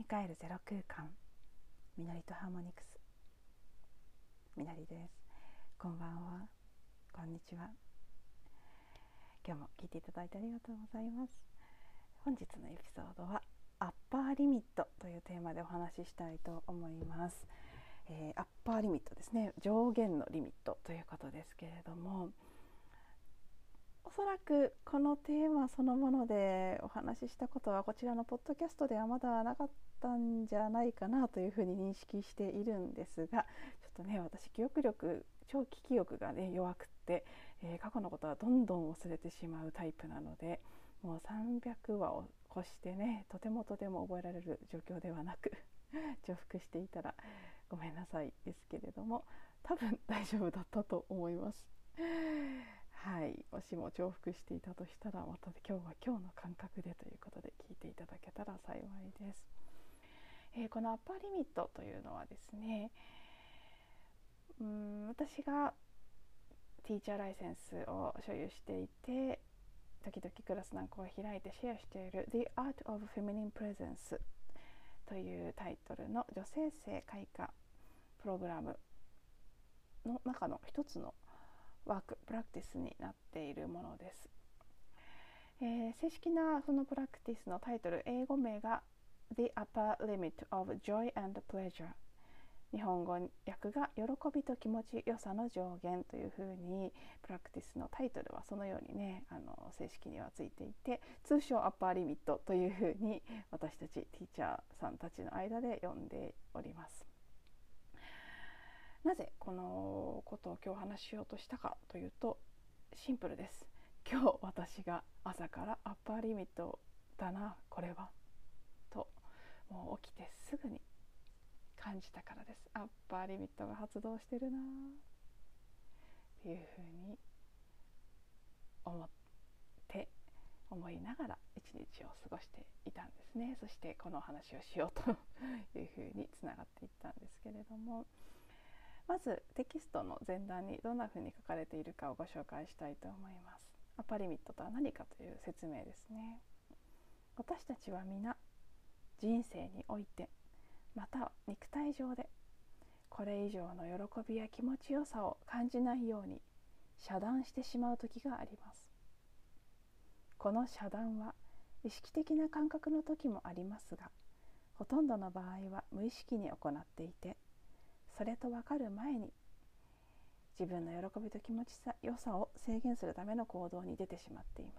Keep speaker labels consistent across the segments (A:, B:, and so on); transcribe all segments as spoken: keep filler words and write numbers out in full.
A: ミカエルゼロ空間みのりとハーモニクスみのりです。こんばんは、こんにちは。今日も聞いていただいてありがとうございます。本日のエピソードはアッパーリミットというテーマでお話ししたいと思います。えー、アッパーリミットですね、上限のリミットということですけれども、おそらくこのテーマそのものでお話ししたことはこちらのポッドキャストではまだなかったんじゃないかなというふうに認識しているんですが、ちょっとね、私記憶力長期記憶がね弱くって、えー、過去のことはどんどん忘れてしまうタイプなので、もうさんびゃくわを超してね、とてもとても覚えられる状況ではなく重複していたらごめんなさいですけれども、多分大丈夫だったと思います。はい、もしも重複していたとしたら、また今日は今日の感覚でということで聞いていただけたら幸いです。えー、このアッパーリミットというのはですね、うーん私がティーチャーライセンスを所有していて、時々クラスなんかを開いてシェアしている The Art of Feminine Presence というタイトルの女性性開花プログラムの中の一つのワークプラクティスになっているものです。えー、正式なそのプラクティスのタイトル、英語名が The Upper Limit of Joy and Pleasure、 日本語訳が喜びと気持ちよさの上限というふうに、プラクティスのタイトルはそのようにね、あの正式にはついていて、通称アッパーリミットというふうに私たちティーチャーさんたちの間で呼んでおります。なぜこのことを今日話しようとしたかというと、シンプルです。今日私が朝からアッパーリミットだなこれはと、もう起きてすぐに感じたからです。アッパーリミットが発動してるなっていうふうに思って思いながら一日を過ごしていたんですね。そしてこの話をしようというふうにつながっていったんですけれども、まずテキストの前段にどんなふうに書かれているかをご紹介したいと思います。アッパーリミットとは何かという説明ですね。私たちは皆人生において、または肉体上で、これ以上の喜びや気持ちよさを感じないように遮断してしまう時があります。この遮断は意識的な感覚の時もありますが、ほとんどの場合は無意識に行っていて、それと分かる前に自分の喜びと気持ちよさを制限するための行動に出てしまっています。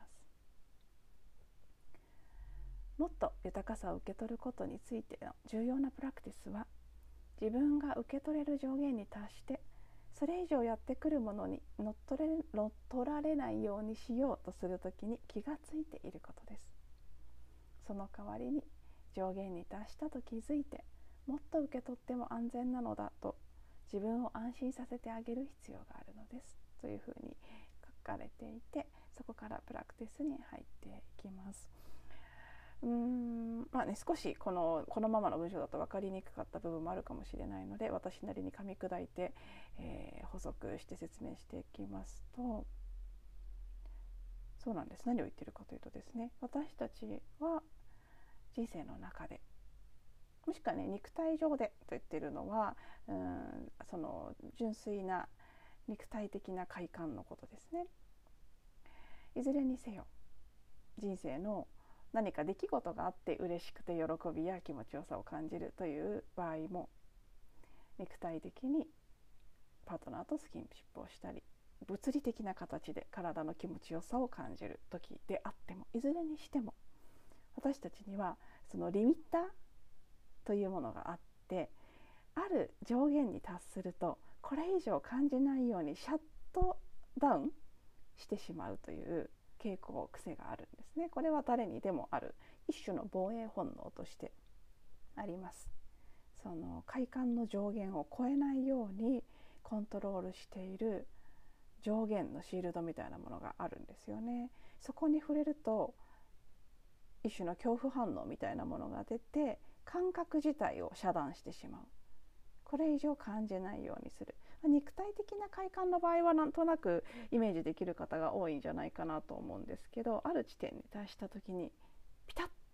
A: もっと豊かさを受け取ることについての重要なプラクティスは、自分が受け取れる上限に達してそれ以上やってくるものに乗っ取れ乗っ取られないようにしようとするときに気がついていることです。その代わりに上限に達したと気づいて、もっと受け取っても安全なのだと自分を安心させてあげる必要があるのですというふうに書かれていて、そこからプラクティスに入っていきます。うーんまあね、少しこのこのままの文章だと分かりにくかった部分もあるかもしれないので、私なりに噛み砕いて、えー、補足して説明していきますと、そうなんです。何を言ってるかというとですね、私たちは人生の中で、もしくはね、肉体上でと言っているのは、うーんその純粋な肉体的な快感のことですね。いずれにせよ、人生の何か出来事があって嬉しくて喜びや気持ちよさを感じるという場合も、肉体的にパートナーとスキンシップをしたり、物理的な形で体の気持ちよさを感じる時であっても、いずれにしても私たちにはそのリミッターというものがあって、ある上限に達するとこれ以上感じないようにシャットダウンしてしまうという傾向、癖があるんですね。これは誰にでもある一種の防衛本能としてあります。その快感の上限を超えないようにコントロールしている上限のシールドみたいなものがあるんですよね。そこに触れると一種の恐怖反応みたいなものが出て、感覚自体を遮断してしまう。これ以上感じないようにする。肉体的な快感の場合はなんとなくイメージできる方が多いんじゃないかなと思うんですけど、ある地点に達した時にピタッ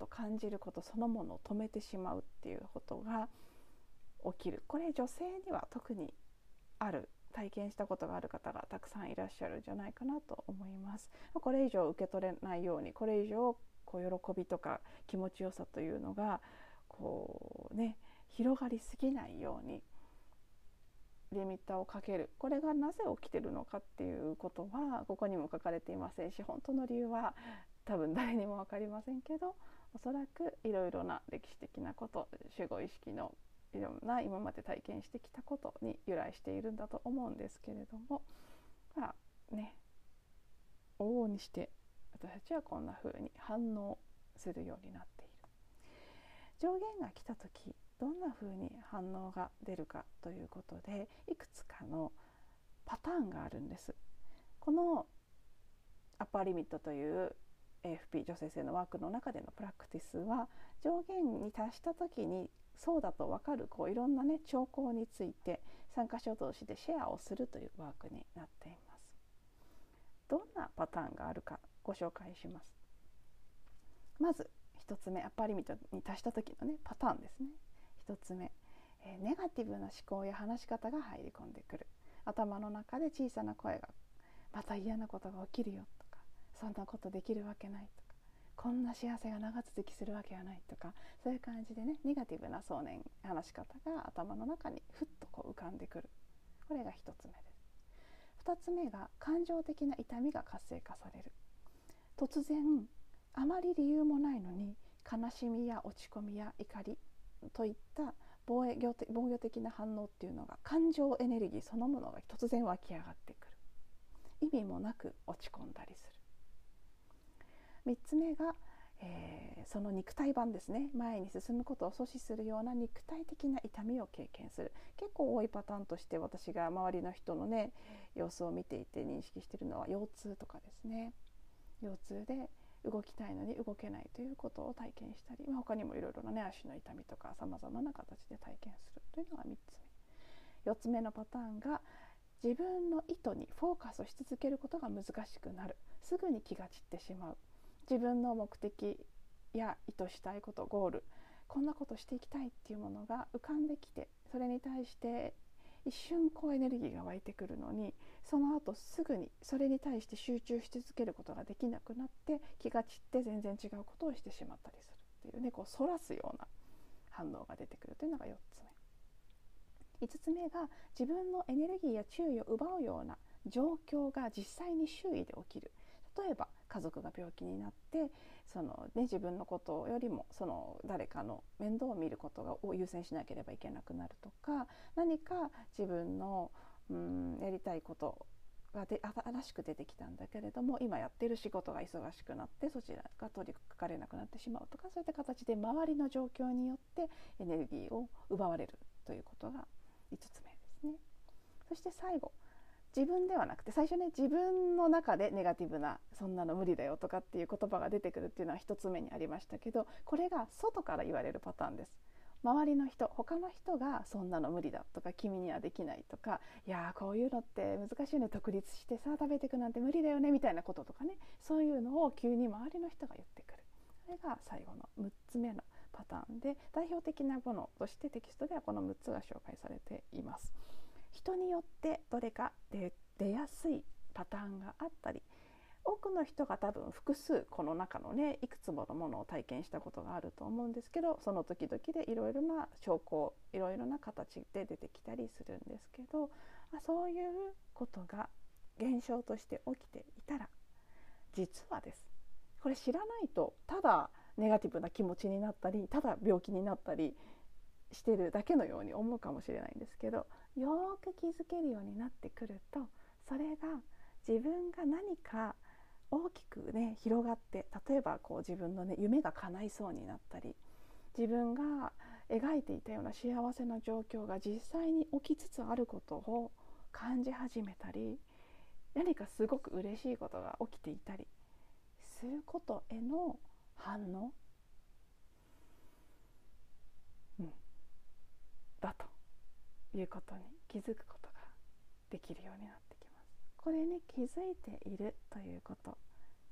A: と感じることそのものを止めてしまうっていうことが起きる。これ女性には特にある、体験したことがある方がたくさんいらっしゃるんじゃないかなと思います。これ以上受け取れないように、これ以上こう喜びとか気持ちよさというのがこうね広がりすぎないようにリミッターをかける。これがなぜ起きてるのかっていうことはここにも書かれていませんし、本当の理由は多分誰にも分かりませんけど、おそらくいろいろな歴史的なこと、守護意識のいろんな今まで体験してきたことに由来しているんだと思うんですけれども、まあね、往々にして私たちはこんな風に反応するようになっている。上限が来た時どんな風に反応が出るかということで、いくつかのパターンがあるんです。このアッパーリミットという エーエフピー 女性性のワークの中でのプラクティスは、上限に達した時にそうだと分かるこういろんなね兆候について参加者同士でシェアをするというワークになっています。どんなパターンがあるかご紹介します。まずひとつめ、アッパーリミットに達した時のねパターンですね。ひとつめ、えー、ネガティブな思考や話し方が入り込んでくる。頭の中で小さな声が、また嫌なことが起きるよとか、そんなことできるわけないとか、こんな幸せが長続きするわけがないとか、そういう感じでねネガティブな想念、話し方が頭の中にふっとこう浮かんでくる。これがひとつめです。ふたつめが感情的な痛みが活性化される。突然あまり理由もないのに悲しみや落ち込みや怒りといった防御的、防御的な反応っていうのが、感情エネルギーそのものが突然湧き上がってくる。意味もなく落ち込んだりする。みっつめが、えー、その肉体版ですね。前に進むことを阻止するような肉体的な痛みを経験する。結構多いパターンとして私が周りの人のね様子を見ていて認識しているのは腰痛とかですね。腰痛で動きたいのに動けないということを体験したり、まあ、他にもいろいろな、ね、足の痛みとかさまざまな形で体験するというのがみっつめ。よっつめのパターンが自分の意図にフォーカスし続けることが難しくなる。すぐに気が散ってしまう。自分の目的や意図したいこと、ゴール、こんなことしていきたいっていうものが浮かんできて、それに対して一瞬こうエネルギーが湧いてくるのに、その後すぐにそれに対して集中し続けることができなくなって、気が散って全然違うことをしてしまったりするっていうね、こうそらすような反応が出てくるというのがよっつめ。いつつめが自分のエネルギーや注意を奪うような状況が実際に周囲で起きる。例えば家族が病気になってその、ね、自分のことよりもその誰かの面倒を見ることを優先しなければいけなくなるとか、何か自分のうんやりたいことがで新しく出てきたんだけれども、今やっている仕事が忙しくなってそちらが取り掛かれなくなってしまうとか、そういった形で周りの状況によってエネルギーを奪われるということがいつつめですね。そして最後、自分ではなくて、最初ね自分の中でネガティブなそんなの無理だよとかっていう言葉が出てくるっていうのはひとつめにありましたけど、これが外から言われるパターンです。周りの人、他の人がそんなの無理だとか、君にはできないとか、いやーこういうのって難しいよね、独立してさ食べていくなんて無理だよねみたいなこととかね、そういうのを急に周りの人が言ってくる。それが最後のむっつめのパターンで、代表的なものとしてテキストではこのむっつが紹介されています。人によってどれか出やすいパターンがあったり、多くの人が多分複数この中のねいくつものものを体験したことがあると思うんですけど、その時々でいろいろな兆候、いろいろな形で出てきたりするんですけど、そういうことが現象として起きていたら、実はです、これ知らないとただネガティブな気持ちになったり、ただ病気になったりしてるだけのように思うかもしれないんですけど、よーく気づけるようになってくると、それが自分が何か大きくね広がって、例えばこう自分のね夢が叶いそうになったり、自分が描いていたような幸せな状況が実際に起きつつあることを感じ始めたり、何かすごく嬉しいことが起きていたりすることへの反応、うん、だということに気づくことができるようになってきます。これに気づいているということ、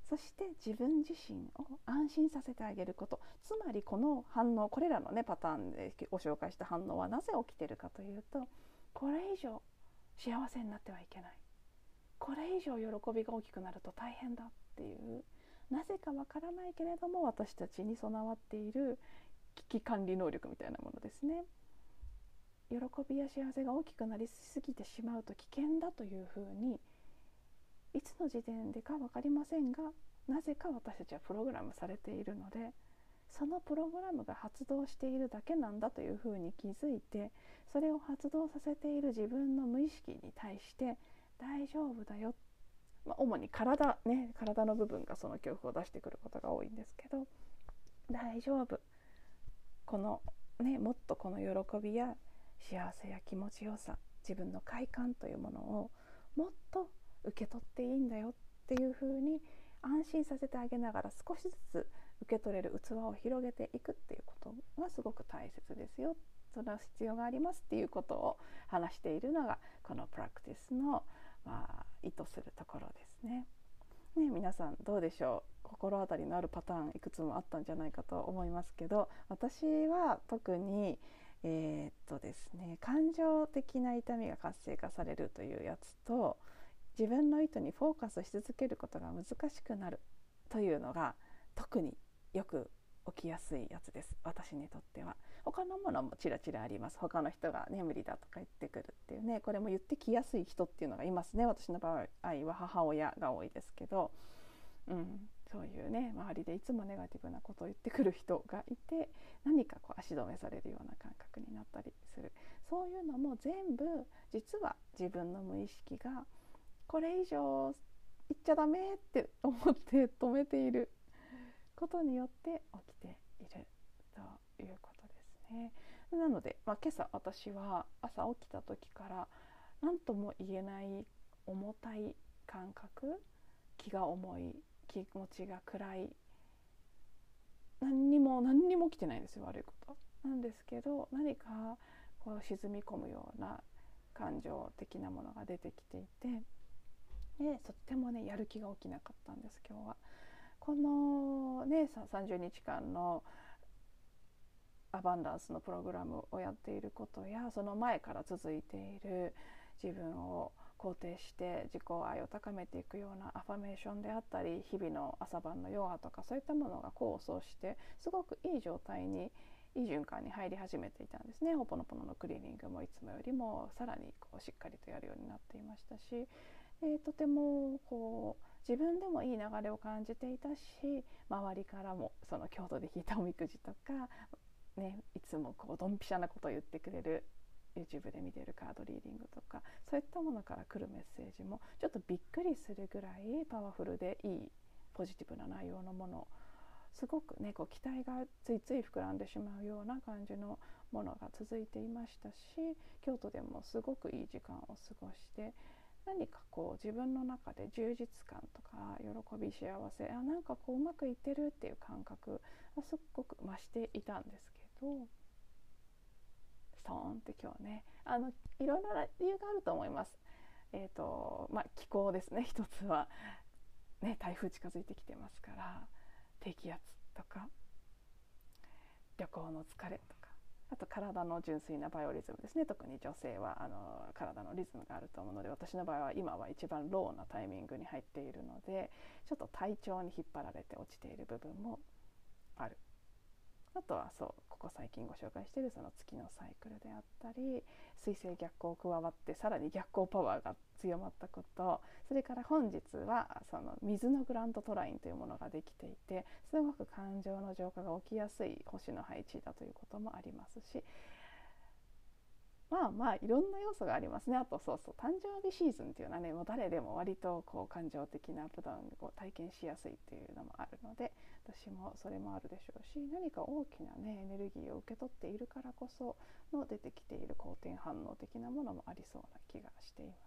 A: そして自分自身を安心させてあげること、つまりこの反応、これらのねパターンでご紹介した反応はなぜ起きているかというと、これ以上幸せになってはいけない、これ以上喜びが大きくなると大変だっていう、なぜかわからないけれども私たちに備わっている危機管理能力みたいなものですね。喜びや幸せが大きくなりすぎてしまうと危険だというふうにいつの時点でか分かりませんが、なぜか私たちはプログラムされているので、そのプログラムが発動しているだけなんだというふうに気づいて、それを発動させている自分の無意識に対して大丈夫だよ、まあ、主に体ね、体の部分がその恐怖を出してくることが多いんですけど、大丈夫、このね、もっとこの喜びや幸せや気持ちよさ、自分の快感というものをもっと受け取っていいんだよっていうふうに安心させてあげながら、少しずつ受け取れる器を広げていくっていうことがすごく大切ですよ、その必要がありますっていうことを話しているのがこのプラクティスの、まあ、意図するところですね。ね、皆さんどうでしょう。心当たりのあるパターンいくつもあったんじゃないかと思いますけど、私は特にえー、っとですね感情的な痛みが活性化されるというやつと、自分の意図にフォーカスし続けることが難しくなるというのが特によく起きやすいやつです、私にとっては。他のものもちらちらあります。他の人がね無理だとか言ってくるっていうね、これも言ってきやすい人っていうのがいますね。私の場合は母親が多いですけど、うん、そういうね周りでいつもネガティブなことを言ってくる人がいて、何かこう足止めされるような感覚になったりする。そういうのも全部実は自分の無意識がこれ以上言っちゃダメって思って止めていることによって起きているということですね。なので、まあ、今朝私は朝起きた時から何とも言えない重たい感覚、気が重い、気持ちが暗い、何にも何にも起きてないんですよ、悪いことなんですけど、何かこう沈み込むような感情的なものが出てきていて、でとってもねやる気が起きなかったんです。今日はこのねさんじゅうにちかんのアバンダンスのプログラムをやっていることや、その前から続いている自分を肯定して自己愛を高めていくようなアファメーションであったり、日々の朝晩のヨガとかそういったものが功を奏してすごくいい状態に、いい循環に入り始めていたんですね。ホポノポノのクリーニングもいつもよりもさらにこうしっかりとやるようになっていましたし、えー、とてもこう自分でもいい流れを感じていたし、周りからもその京都で弾いたおみくじとか、ね、いつもこうドンピシャなことを言ってくれる YouTube で見ているカードリーディングとか、そういったものから来るメッセージもちょっとびっくりするぐらいパワフルでいいポジティブな内容のもの、すごくねこう期待がついつい膨らんでしまうような感じのものが続いていましたし、京都でもすごくいい時間を過ごして、何かこう自分の中で充実感とか喜び、幸せ、あなんかこううまくいってるっていう感覚がすっごく増していたんですけど、ストーンって今日ねあのいろいろな理由があると思います。えーとまあ、気候ですね。一つは、ね、台風近づいてきてますから、低気圧とか旅行の疲れとか、あと体の純粋なバイオリズムですね。特に女性はあの体のリズムがあると思うので、私の場合は今は一番ローなタイミングに入っているので、ちょっと体調に引っ張られて落ちている部分もある。あとはそうここ最近ご紹介しているその月のサイクルであったり、水星逆行加わってさらに逆行パワーが強まったこと、それから本日はその水のグランドトラインというものができていて、すごく感情の浄化が起きやすい星の配置だということもありますし、まあまあいろんな要素がありますね。あとそうそう誕生日シーズンっていうのはね、もう誰でも割とこう感情的なアップダウンを体験しやすいっていうのもあるので、私もそれもあるでしょうし、何か大きなねエネルギーを受け取っているからこその出てきている好転反応的なものもありそうな気がしています。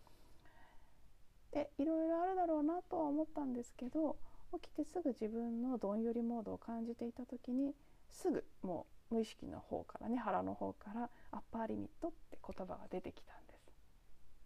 A: でいろいろあるだろうなとは思ったんですけど、起きてすぐ自分のどんよりモードを感じていた時に、すぐもう無意識の方からね、腹の方からアッパーリミットって言葉が出てきたんです。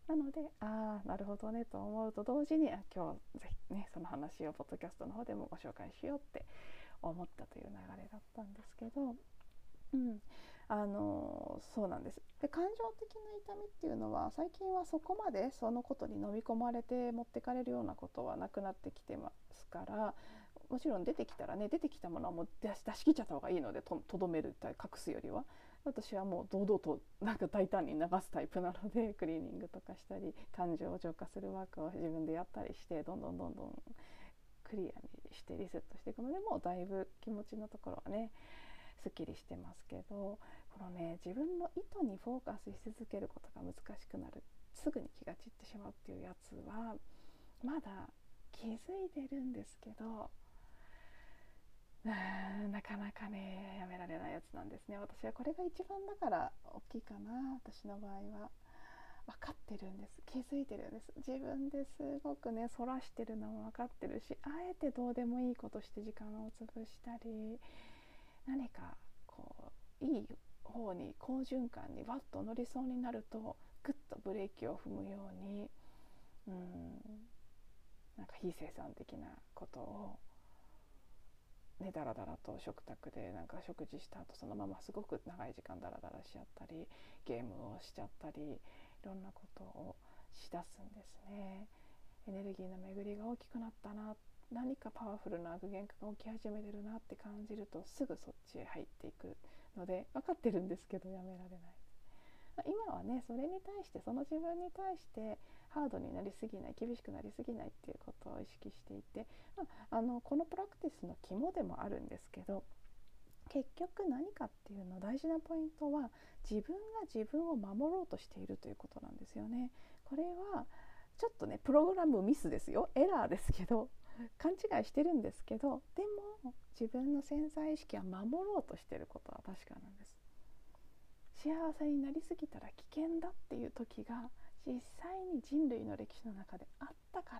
A: なので、ああなるほどねと思うと同時に、あ今日ぜひねその話をポッドキャストの方でもご紹介しようって思ったという流れだったんですけど、うん、あのそうなんです。で、感情的な痛みっていうのは最近はそこまでそのことに飲み込まれて持ってかれるようなことはなくなってきてますから、もちろん出てきたらね、出てきたものはもう出し、出し切っちゃった方がいいので、とどめる、隠すよりは私はもう堂々となんか大胆に流すタイプなので、クリーニングとかしたり感情を浄化するワークを自分でやったりして、どんどんどんどんクリアにしてリセットしていくので、もうだいぶ気持ちのところはねすっきりしてますけど、このね自分の意図にフォーカスし続けることが難しくなる、すぐに気が散ってしまうっていうやつはまだ気づいてるんですけど、うーんなかなかねやめられないやつなんですね。私はこれが一番だから大きいかな。私の場合は分かってるんです、気づいてるんです。自分ですごくねそらしてるのも分かってるし、あえてどうでもいいことして時間を潰したり、何かこういい方に好循環にわっと乗りそうになるとグッとブレーキを踏むように、うーんなんか非生産的なことをね、だらだらと食卓でなんか食事した後そのまますごく長い時間だらだらしちゃったり、ゲームをしちゃったり、いろんなことをしだすんですね。エネルギーの巡りが大きくなったな、何かパワフルな具現化が起き始めてるなって感じるとすぐそっちへ入っていくので、分かってるんですけどやめられない。今はねそれに対して、その自分に対してハードになりすぎない、厳しくなりすぎないっていうことを意識していて、まあ、あのこのプラクティスの肝でもあるんですけど、結局何かっていうの大事なポイントは自分が自分を守ろうとしているということなんですよね。これはちょっとねプログラムミスですよ、エラーですけど、勘違いしてるんですけど、でも自分の潜在意識は守ろうとしていることは確かなんです。幸せになりすぎたら危険だっていう時が実際に人類の歴史の中であったから、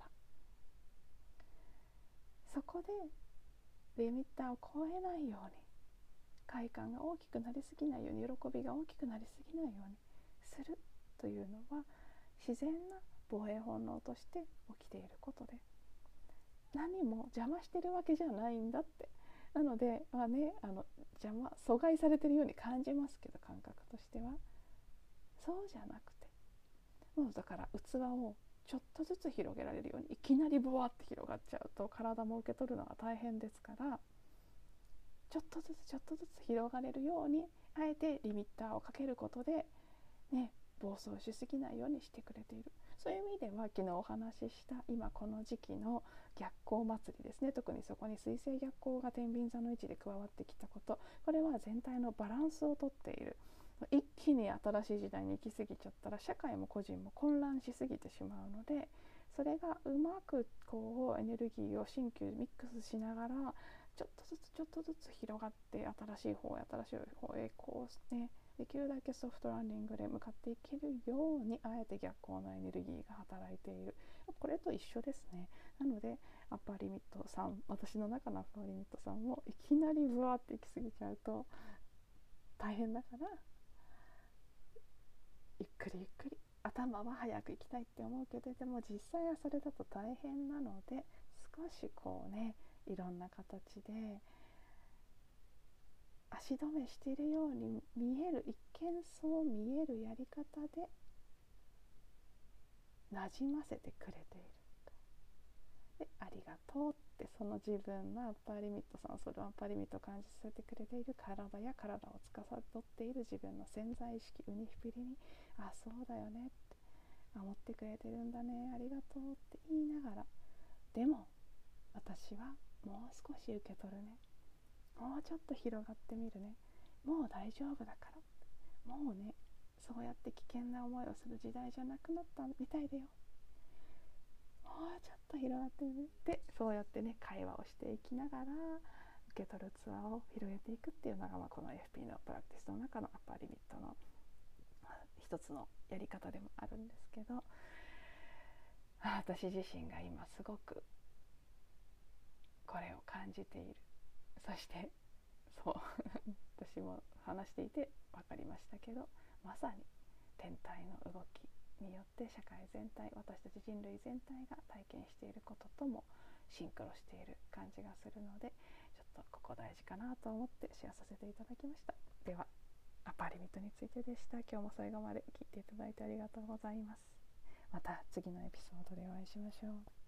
A: そこでリミッターを超えないように、快感が大きくなりすぎないように、喜びが大きくなりすぎないようにするというのは自然な防衛本能として起きていることで、何も邪魔してるわけじゃないんだって。なので、まあね、あの邪魔阻害されてるように感じますけど、感覚としてはそうじゃなくて、もうだから器をちょっとずつ広げられるように、いきなりボワって広がっちゃうと体も受け取るのが大変ですから、ちょっとずつちょっとずつ広がれるようにあえてリミッターをかけることでね、暴走しすぎないようにしてくれている。そういう意味では昨日お話しした今この時期の逆行祭りですね、特にそこに水星逆行が天秤座の位置で加わってきたこと、これは全体のバランスをとっている。一気に新しい時代に行き過ぎちゃったら社会も個人も混乱しすぎてしまうので、それがうまくこうエネルギーを新旧ミックスしながらちょっとずつちょっとずつ広がって、新しい方へ新しい方へこうね、できるだけソフトランディングで向かっていけるように、あえて逆行のエネルギーが働いている。これと一緒ですね。なのでアッパーリミットさん、私の中のアッパーリミットさんもいきなりブワーっていき過ぎちゃうと大変だから、ゆっくりゆっくり、頭は早く行きたいって思うけど、でも実際はそれだと大変なので、少しこうね、いろんな形で足止めしているように見える、一見そう見えるやり方でなじませてくれている。で、ありがとうって、その自分のアッパーリミットさん、それをアッパーリミットを感じさせてくれている体や体を司っている自分の潜在意識ウニヒピリに、あ、そうだよねって、守ってくれてるんだね、ありがとうって言いながら、でも私はもう少し受け取るね、もうちょっと広がってみるね、もう大丈夫だから、もうね、そうやって危険な思いをする時代じゃなくなったみたいだよ、もうちょっと広がってみるって、そうやってね会話をしていきながら受け取るツアーを広げていくっていうのが、まあ、この エフピー のプラクティスの中のアッパーリミットの一つのやり方でもあるんですけど、私自身が今すごくこれを感じている。そしてそう私も話していて分かりましたけど、まさに天体の動き、 によって社会全体、私たち人類全体が体験していることともシンクロしている感じがするので、ちょっとここ大事かなと思ってシェアさせていただきました。ではアッパーリミットについてでした。今日も最後まで聞いていただいてありがとうございます。また次のエピソードでお会いしましょう。